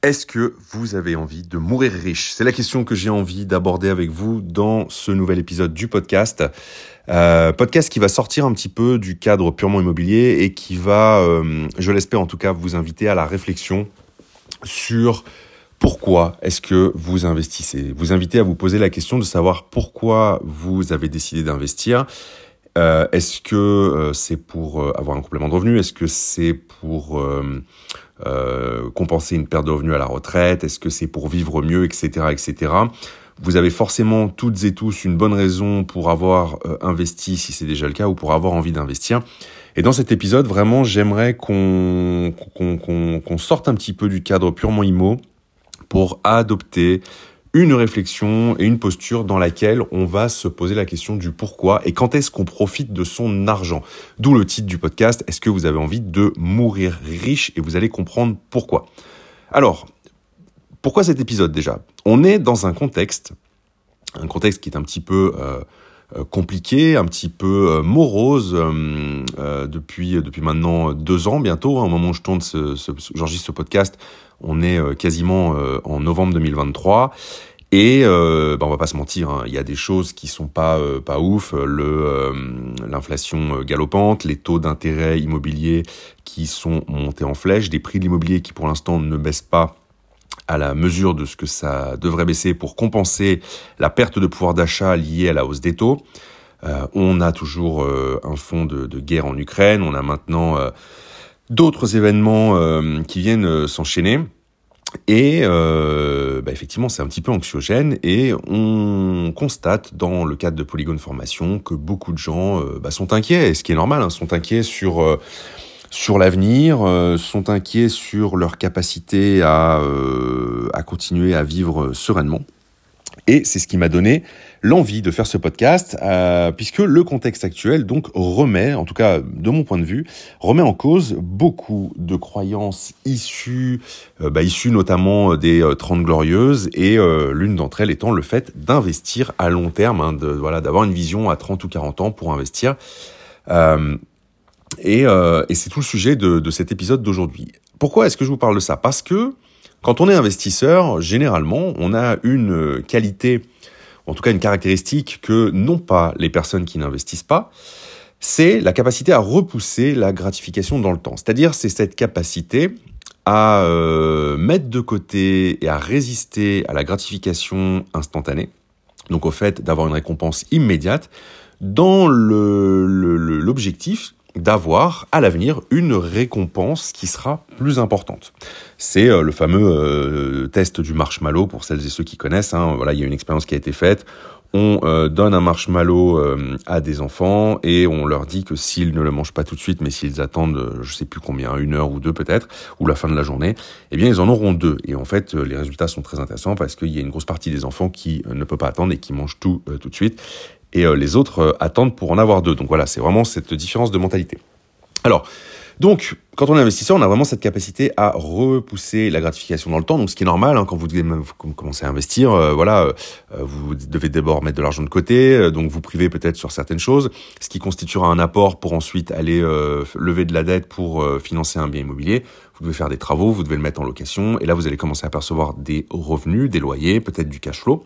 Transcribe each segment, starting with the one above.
Est-ce que vous avez envie de mourir riche ? C'est la question que j'ai envie d'aborder avec vous dans ce nouvel épisode du podcast. Podcast qui va sortir un petit peu du cadre purement immobilier et qui va, je l'espère en tout cas, vous inviter à la réflexion sur pourquoi est-ce que vous investissez. Vous inviter à vous poser la question de savoir pourquoi vous avez décidé d'investir. Est-ce que c'est pour avoir un complément de revenu ? Est-ce que c'est pour compenser une perte de revenus à la retraite ? Est-ce que c'est pour vivre mieux, etc., etc. Vous avez forcément toutes et tous une bonne raison pour avoir investi, si c'est déjà le cas, ou pour avoir envie d'investir. Et dans cet épisode, vraiment, j'aimerais qu'on sorte un petit peu du cadre purement immo pour adopter une réflexion et une posture dans laquelle on va se poser la question du pourquoi et quand est-ce qu'on profite de son argent. D'où le titre du podcast, est-ce que vous avez envie de mourir riche ? Et vous allez comprendre pourquoi. Alors, pourquoi cet épisode déjà ? On est dans un contexte qui est un petit peu compliqué, un petit peu morose depuis maintenant 2 ans bientôt. Au moment où je tourne j'enregistre ce podcast, on est quasiment en novembre 2023 et on va pas se mentir, hein, il y a des choses qui sont pas ouf, l'inflation galopante, les taux d'intérêt immobilier qui sont montés en flèche, des prix de l'immobilier qui pour l'instant ne baissent pas à la mesure de ce que ça devrait baisser pour compenser la perte de pouvoir d'achat liée à la hausse des taux. On a toujours un fond de guerre en Ukraine, on a maintenant d'autres événements qui viennent s'enchaîner. Et effectivement, c'est un petit peu anxiogène et on constate dans le cadre de Polygone Formation que beaucoup de gens sont inquiets, et ce qui est normal, sont inquiets sur l'avenir, sont inquiets sur leur capacité à continuer à vivre sereinement. Et c'est ce qui m'a donné l'envie de faire ce podcast, puisque le contexte actuel donc remet, en tout cas de mon point de vue, remet en cause beaucoup de croyances issues notamment des 30 Glorieuses, et l'une d'entre elles étant le fait d'investir à long terme, d'avoir une vision à 30 ou 40 ans pour investir. Et c'est tout le sujet de cet épisode d'aujourd'hui. Pourquoi est-ce que je vous parle de ça ? Parce que quand on est investisseur, généralement, on a une qualité, en tout cas une caractéristique que n'ont pas les personnes qui n'investissent pas, c'est la capacité à repousser la gratification dans le temps. C'est-à-dire, c'est cette capacité à mettre de côté et à résister à la gratification instantanée, donc au fait d'avoir une récompense immédiate, dans l'objectif d'avoir à l'avenir une récompense qui sera plus importante. C'est le fameux test du marshmallow pour celles et ceux qui connaissent. Il y a une expérience qui a été faite. On donne un marshmallow à des enfants et on leur dit que s'ils ne le mangent pas tout de suite, mais s'ils attendent, je sais plus combien, 1 heure ou 2 peut-être, ou la fin de la journée, eh bien ils en auront 2. Et en fait, les résultats sont très intéressants parce qu'il y a une grosse partie des enfants qui ne peut pas attendre et qui mangent tout de suite. Et les autres attendent pour en avoir 2. Donc voilà, c'est vraiment cette différence de mentalité. Alors, donc, quand on est investisseur, on a vraiment cette capacité à repousser la gratification dans le temps. Donc, ce qui est normal, quand vous commencez à investir, vous devez d'abord mettre de l'argent de côté, donc vous privez peut-être sur certaines choses, ce qui constituera un apport pour ensuite aller lever de la dette pour financer un bien immobilier. Vous devez faire des travaux, vous devez le mettre en location, et là, vous allez commencer à percevoir des revenus, des loyers, peut-être du cash flow.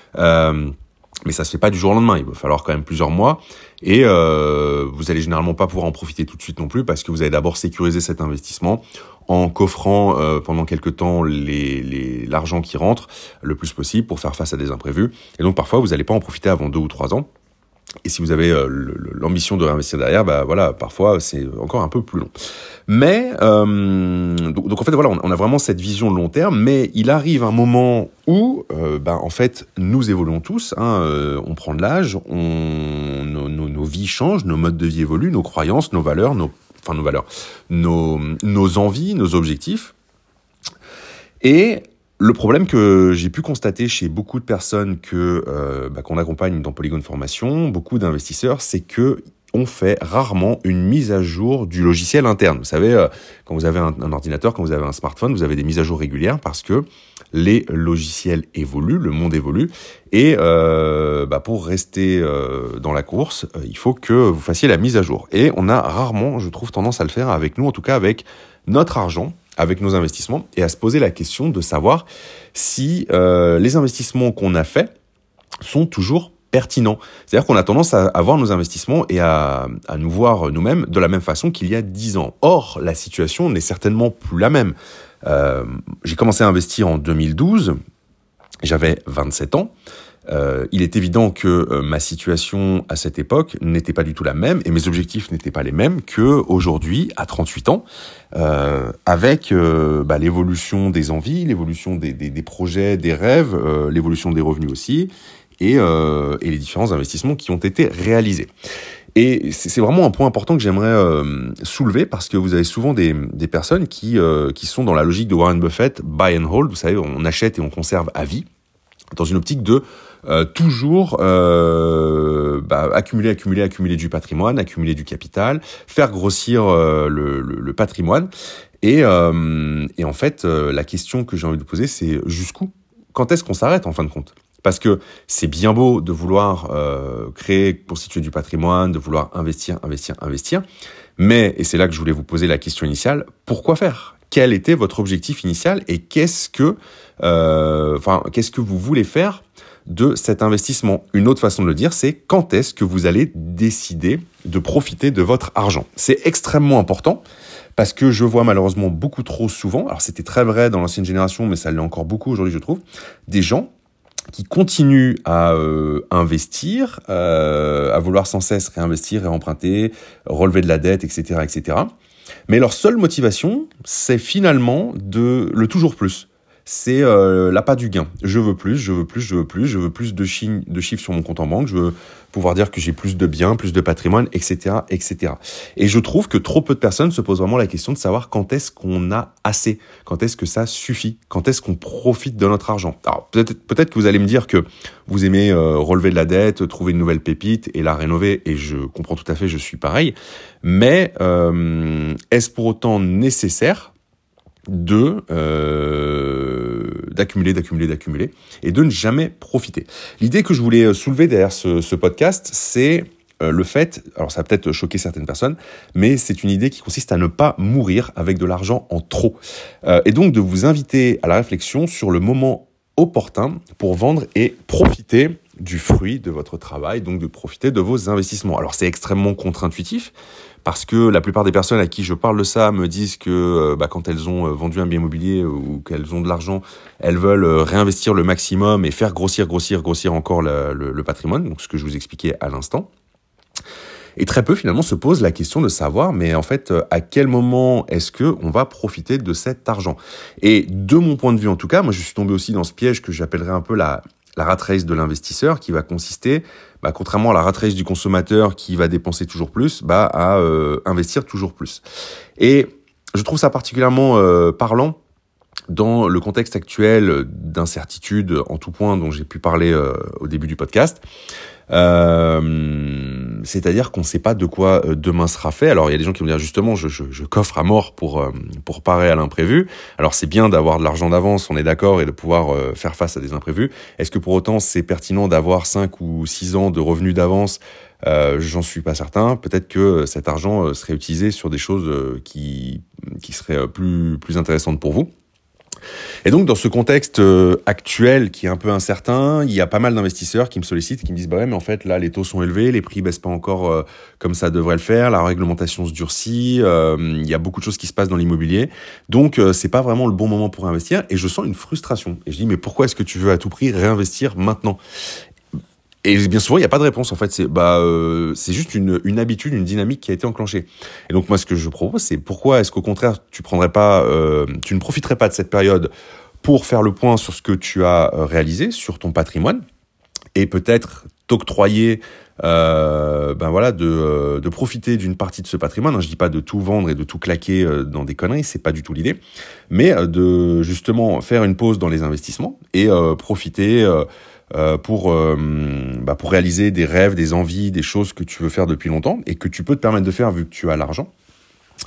Mais ça se fait pas du jour au lendemain, il va falloir quand même plusieurs mois, et vous allez généralement pas pouvoir en profiter tout de suite non plus, parce que vous allez d'abord sécuriser cet investissement en coffrant pendant quelques temps l'argent qui rentre le plus possible pour faire face à des imprévus, et donc parfois vous allez pas en profiter avant 2 ou 3 ans. Et si vous avez l'ambition de réinvestir derrière, parfois c'est encore un peu plus long. Mais donc en fait on a vraiment cette vision long terme, mais il arrive un moment où en fait nous évoluons tous, on prend de l'âge, nos vies changent, nos modes de vie évoluent, nos croyances, nos valeurs, nos envies, nos objectifs. Et le problème que j'ai pu constater chez beaucoup de personnes qu'on accompagne dans Polygone Formation, beaucoup d'investisseurs, c'est que on fait rarement une mise à jour du logiciel interne. Vous savez, quand vous avez un ordinateur, quand vous avez un smartphone, vous avez des mises à jour régulières parce que les logiciels évoluent, le monde évolue, et pour rester dans la course, il faut que vous fassiez la mise à jour. Et on a rarement, je trouve, tendance à le faire avec nous, en tout cas avec notre argent, avec nos investissements et à se poser la question de savoir si les investissements qu'on a faits sont toujours pertinents. C'est-à-dire qu'on a tendance à voir nos investissements et à nous voir nous-mêmes de la même façon qu'il y a 10 ans. Or, la situation n'est certainement plus la même. J'ai commencé à investir en 2012, j'avais 27 ans. Il est évident que ma situation à cette époque n'était pas du tout la même et mes objectifs n'étaient pas les mêmes qu'aujourd'hui, à 38 ans, avec l'évolution des envies, l'évolution des projets, des rêves, l'évolution des revenus aussi, et les différents investissements qui ont été réalisés. Et c'est vraiment un point important que j'aimerais soulever parce que vous avez souvent des personnes qui sont dans la logique de Warren Buffett, buy and hold, vous savez, on achète et on conserve à vie, dans une optique de toujours accumuler du patrimoine, accumuler du capital, faire grossir le patrimoine. Et en fait, la question que j'ai envie de poser, c'est jusqu'où ? Quand est-ce qu'on s'arrête en fin de compte ? Parce que c'est bien beau de vouloir constituer du patrimoine, de vouloir investir, mais, et c'est là que je voulais vous poser la question initiale, pourquoi faire ? Quel était votre objectif initial et qu'est-ce que vous voulez faire de cet investissement ? Une autre façon de le dire, c'est quand est-ce que vous allez décider de profiter de votre argent ? C'est extrêmement important parce que je vois malheureusement beaucoup trop souvent, alors c'était très vrai dans l'ancienne génération, mais ça l'est encore beaucoup aujourd'hui, je trouve, des gens qui continuent à investir, à vouloir sans cesse réinvestir, réemprunter, relever de la dette, etc., etc. Mais leur seule motivation, c'est finalement le toujours plus. C'est l'appât du gain. Je veux plus de chiffres sur mon compte en banque, je veux pouvoir dire que j'ai plus de biens, plus de patrimoine, etc., etc. Et je trouve que trop peu de personnes se posent vraiment la question de savoir quand est-ce qu'on a assez, quand est-ce que ça suffit, quand est-ce qu'on profite de notre argent. Alors peut-être que vous allez me dire que vous aimez relever de la dette, trouver une nouvelle pépite et la rénover, et je comprends tout à fait, je suis pareil. Mais est-ce pour autant nécessaire d'accumuler et de ne jamais profiter. L'idée que je voulais soulever derrière ce podcast, c'est le fait, alors ça va peut-être choquer certaines personnes, mais c'est une idée qui consiste à ne pas mourir avec de l'argent en trop. Et donc de vous inviter à la réflexion sur le moment opportun pour vendre et profiter du fruit de votre travail, donc de profiter de vos investissements. Alors c'est extrêmement contre-intuitif, parce que la plupart des personnes à qui je parle de ça me disent que quand elles ont vendu un bien immobilier ou qu'elles ont de l'argent, elles veulent réinvestir le maximum et faire grossir encore le patrimoine, donc ce que je vous expliquais à l'instant. Et très peu finalement se posent la question de savoir, mais en fait, à quel moment est-ce que on va profiter de cet argent ? Et de mon point de vue en tout cas, moi je suis tombé aussi dans ce piège que j'appellerais un peu la rat race de l'investisseur, qui va consister, contrairement à la rat race du consommateur qui va dépenser toujours plus, à investir toujours plus. Et je trouve ça particulièrement parlant dans le contexte actuel d'incertitude en tout point dont j'ai pu parler au début du podcast. C'est-à-dire qu'on ne sait pas de quoi demain sera fait. Alors il y a des gens qui vont dire justement je coffre à mort pour parer à l'imprévu. Alors c'est bien d'avoir de l'argent d'avance, on est d'accord, et de pouvoir faire face à des imprévus. Est-ce que pour autant c'est pertinent d'avoir 5 ou 6 ans de revenus d'avance ? J'en suis pas certain. Peut-être que cet argent serait utilisé sur des choses qui seraient plus intéressantes pour vous. Et donc, dans ce contexte actuel qui est un peu incertain, il y a pas mal d'investisseurs qui me sollicitent et qui me disent « mais en fait, là, les taux sont élevés, les prix baissent pas encore comme ça devrait le faire, la réglementation se durcit, il y a beaucoup de choses qui se passent dans l'immobilier, donc c'est pas vraiment le bon moment pour investir. » Et je sens une frustration. Et je dis « mais pourquoi est-ce que tu veux à tout prix réinvestir maintenant ?» Et bien souvent, il n'y a pas de réponse. En fait, c'est juste une habitude, une dynamique qui a été enclenchée. Et donc moi, ce que je propose, c'est pourquoi est-ce qu'au contraire, tu ne profiterais pas de cette période pour faire le point sur ce que tu as réalisé, sur ton patrimoine, et peut-être t'octroyer, de profiter d'une partie de ce patrimoine. Je dis pas de tout vendre et de tout claquer dans des conneries, c'est pas du tout l'idée, mais de justement faire une pause dans les investissements et profiter. Pour réaliser des rêves, des envies, des choses que tu veux faire depuis longtemps et que tu peux te permettre de faire vu que tu as l'argent.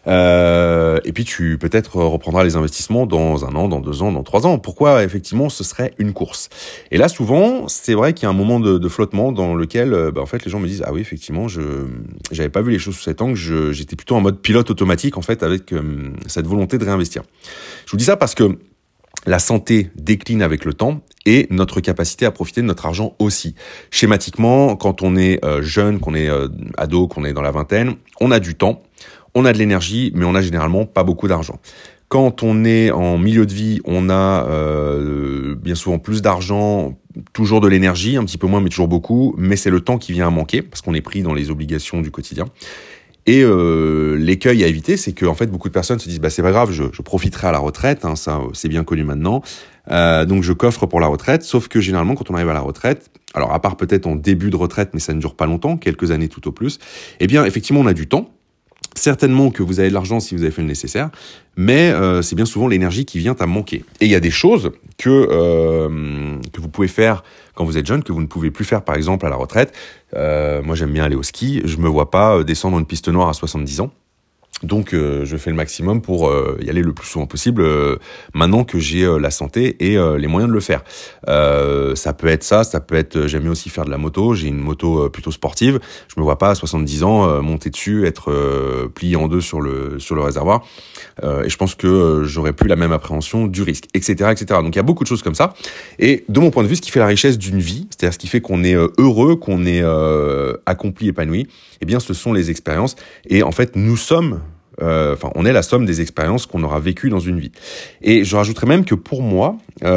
Et puis tu peut-être reprendras les investissements dans 1 an, dans 2 ans, dans 3 ans. Pourquoi effectivement ce serait une course? Et là souvent, c'est vrai qu'il y a un moment de flottement dans lequel en fait les gens me disent ah oui effectivement j'avais pas vu les choses sous cet angle, j'étais plutôt en mode pilote automatique en fait avec cette volonté de réinvestir. Je vous dis ça parce que la santé décline avec le temps et notre capacité à profiter de notre argent aussi. Schématiquement, quand on est jeune, qu'on est ado, qu'on est dans la vingtaine, on a du temps, on a de l'énergie, mais on a généralement pas beaucoup d'argent. Quand on est en milieu de vie, on a bien souvent plus d'argent, toujours de l'énergie, un petit peu moins, mais toujours beaucoup, mais c'est le temps qui vient à manquer, parce qu'on est pris dans les obligations du quotidien. Et l'écueil à éviter, c'est que en fait beaucoup de personnes se disent c'est pas grave, je profiterai à la retraite, hein, ça c'est bien connu maintenant, donc je coffre pour la retraite. Sauf que généralement quand on arrive à la retraite, alors à part peut-être en début de retraite, mais ça ne dure pas longtemps, quelques années tout au plus, eh bien effectivement on a du temps. Certainement que vous avez de l'argent si vous avez fait le nécessaire, mais c'est bien souvent l'énergie qui vient à manquer. Et il y a des choses que vous pouvez faire quand vous êtes jeune, que vous ne pouvez plus faire par exemple à la retraite. Moi j'aime bien aller au ski, je me vois pas descendre une piste noire à 70 ans. Donc je fais le maximum pour y aller le plus souvent possible maintenant que j'ai la santé et les moyens de le faire. Ça peut être ça peut être j'aime bien aussi faire de la moto, j'ai une moto plutôt sportive, je me vois pas à 70 ans monter dessus, être plié en deux sur le réservoir et je pense que j'aurais plus la même appréhension du risque, etc., etc. Donc il y a beaucoup de choses comme ça et de mon point de vue ce qui fait la richesse d'une vie, c'est-à-dire ce qui fait qu'on est heureux, qu'on est accompli, épanoui, eh bien ce sont les expériences et en fait nous sommes on est la somme des expériences qu'on aura vécues dans une vie. Et je rajouterais même que pour moi,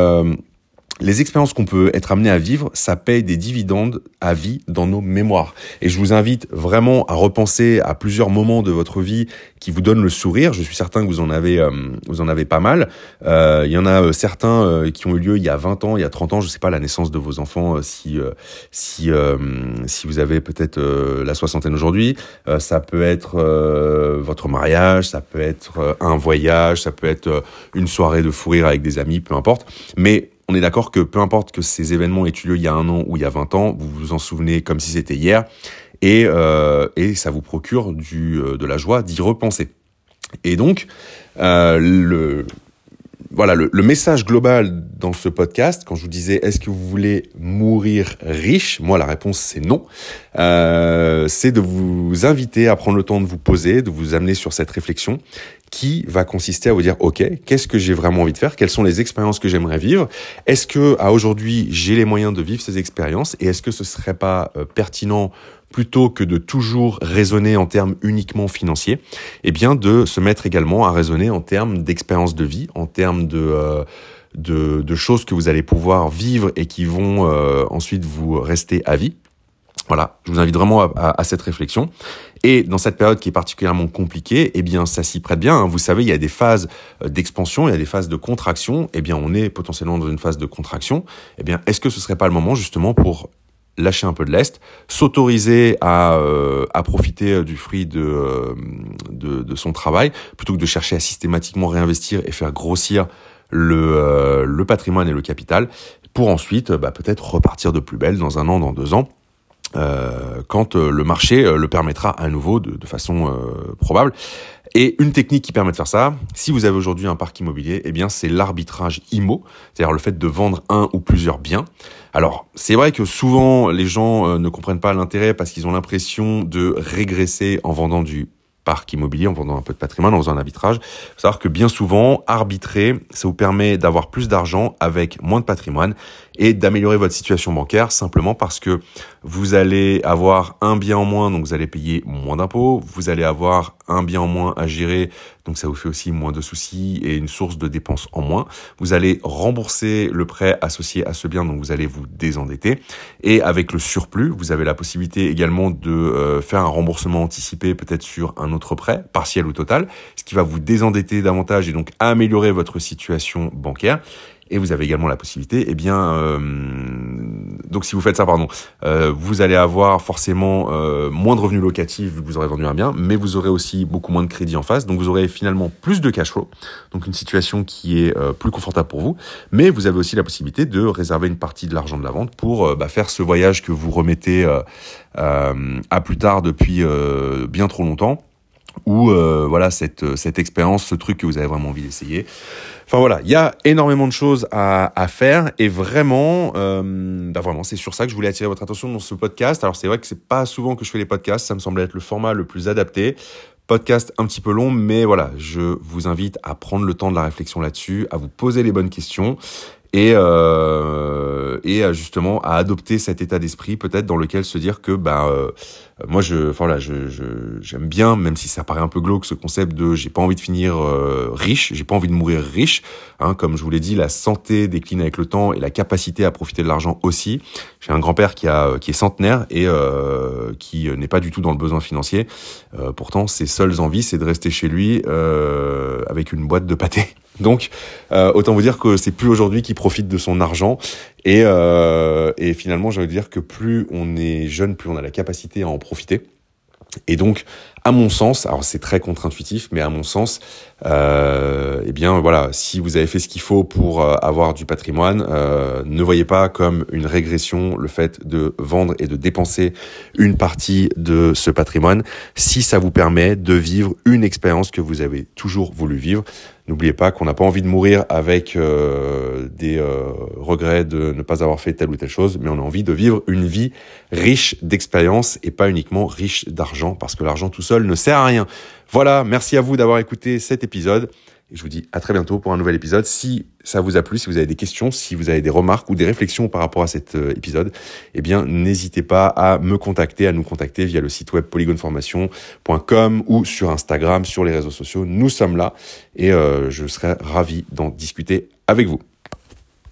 les expériences qu'on peut être amené à vivre, ça paye des dividendes à vie dans nos mémoires. Et je vous invite vraiment à repenser à plusieurs moments de votre vie qui vous donnent le sourire. Je suis certain que vous en avez pas mal. Il y en a certains qui ont eu lieu il y a 20 ans, il y a 30 ans. Je sais pas la naissance de vos enfants si vous avez peut-être la soixantaine aujourd'hui. Ça peut être votre mariage, ça peut être un voyage, ça peut être une soirée de fou rire avec des amis, peu importe. Mais on est d'accord que peu importe que ces événements aient eu lieu il y a 1 an ou il y a 20 ans, vous vous en souvenez comme si c'était hier et ça vous procure de la joie d'y repenser. Et donc, le message global dans ce podcast, quand je vous disais est-ce que vous voulez mourir riche, moi la réponse c'est non. C'est de vous inviter à prendre le temps de vous poser, de vous amener sur cette réflexion qui va consister à vous dire ok, qu'est-ce que j'ai vraiment envie de faire, quelles sont les expériences que j'aimerais vivre, est-ce que à aujourd'hui j'ai les moyens de vivre ces expériences et est-ce que ce serait pas pertinent plutôt que de toujours raisonner en termes uniquement financiers, eh bien de se mettre également à raisonner en termes d'expérience de vie, en termes de choses que vous allez pouvoir vivre et qui vont ensuite vous rester à vie. Voilà, je vous invite vraiment à cette réflexion. Et dans cette période qui est particulièrement compliquée, eh bien, ça s'y prête bien. Vous savez, il y a des phases d'expansion, il y a des phases de contraction. Eh bien, on est potentiellement dans une phase de contraction. Eh bien, est-ce que ce serait pas le moment justement pour lâcher un peu de lest, s'autoriser à profiter du fruit de son travail, plutôt que de chercher à systématiquement réinvestir et faire grossir le patrimoine et le capital, pour ensuite peut-être repartir de plus belle dans 1 an, dans 2 ans, quand le marché le permettra à nouveau de façon probable. Et une technique qui permet de faire ça, si vous avez aujourd'hui un parc immobilier, eh bien c'est l'arbitrage IMO, c'est-à-dire le fait de vendre un ou plusieurs biens. Alors, c'est vrai que souvent les gens ne comprennent pas l'intérêt parce qu'ils ont l'impression de régresser en vendant du parc immobilier, en vendant un peu de patrimoine, en faisant un arbitrage. Il faut savoir que bien souvent, arbitrer, ça vous permet d'avoir plus d'argent avec moins de patrimoine et d'améliorer votre situation bancaire simplement parce que vous allez avoir un bien en moins, donc vous allez payer moins d'impôts, vous allez avoir un bien en moins à gérer, donc ça vous fait aussi moins de soucis et une source de dépenses en moins. Vous allez rembourser le prêt associé à ce bien, donc vous allez vous désendetter. Et avec le surplus, vous avez la possibilité également de faire un remboursement anticipé peut-être sur un autre prêt, partiel ou total, ce qui va vous désendetter davantage et donc améliorer votre situation bancaire. Et vous avez également la possibilité, donc si vous faites ça, vous allez avoir forcément moins de revenus locatifs vu que vous aurez vendu un bien, mais vous aurez aussi beaucoup moins de crédit en face, donc vous aurez finalement plus de cash flow, donc une situation qui est plus confortable pour vous, mais vous avez aussi la possibilité de réserver une partie de l'argent de la vente pour faire ce voyage que vous remettez à plus tard depuis bien trop longtemps, ou voilà cette expérience, ce truc que vous avez vraiment envie d'essayer. Enfin voilà, il y a énormément de choses à faire et vraiment, vraiment, c'est sur ça que je voulais attirer votre attention dans ce podcast. Alors c'est vrai que c'est pas souvent que je fais les podcasts, ça me semblait être le format le plus adapté. Podcast un petit peu long, mais voilà, je vous invite à prendre le temps de la réflexion là-dessus, à vous poser les bonnes questions et justement à adopter cet état d'esprit peut-être dans lequel se dire que moi j'aime bien, même si ça paraît un peu glauque, ce concept de j'ai pas envie de finir riche, j'ai pas envie de mourir riche, hein, comme je vous l'ai dit, la santé décline avec le temps et la capacité à profiter de l'argent aussi. J'ai un grand-père qui est centenaire et qui n'est pas du tout dans le besoin financier. Pourtant ses seules envies c'est de rester chez lui avec une boîte de pâté. Donc, autant vous dire que c'est plus aujourd'hui qu'il profite de son argent et finalement, j'ai envie de dire que plus on est jeune, plus on a la capacité à en profiter. Et donc, à mon sens, alors c'est très contre-intuitif, mais à mon sens, eh bien voilà, si vous avez fait ce qu'il faut pour avoir du patrimoine, ne voyez pas comme une régression le fait de vendre et de dépenser une partie de ce patrimoine, si ça vous permet de vivre une expérience que vous avez toujours voulu vivre. N'oubliez pas qu'on n'a pas envie de mourir avec des regrets de ne pas avoir fait telle ou telle chose, mais on a envie de vivre une vie riche d'expériences et pas uniquement riche d'argent, parce que l'argent tout seul ne sert à rien. Voilà, merci à vous d'avoir écouté cet épisode. Et je vous dis à très bientôt pour un nouvel épisode. Si ça vous a plu, si vous avez des questions, si vous avez des remarques ou des réflexions par rapport à cet épisode, eh bien, n'hésitez pas à nous contacter via le site web polygoneformation.com ou sur Instagram, sur les réseaux sociaux. Nous sommes là et je serai ravi d'en discuter avec vous.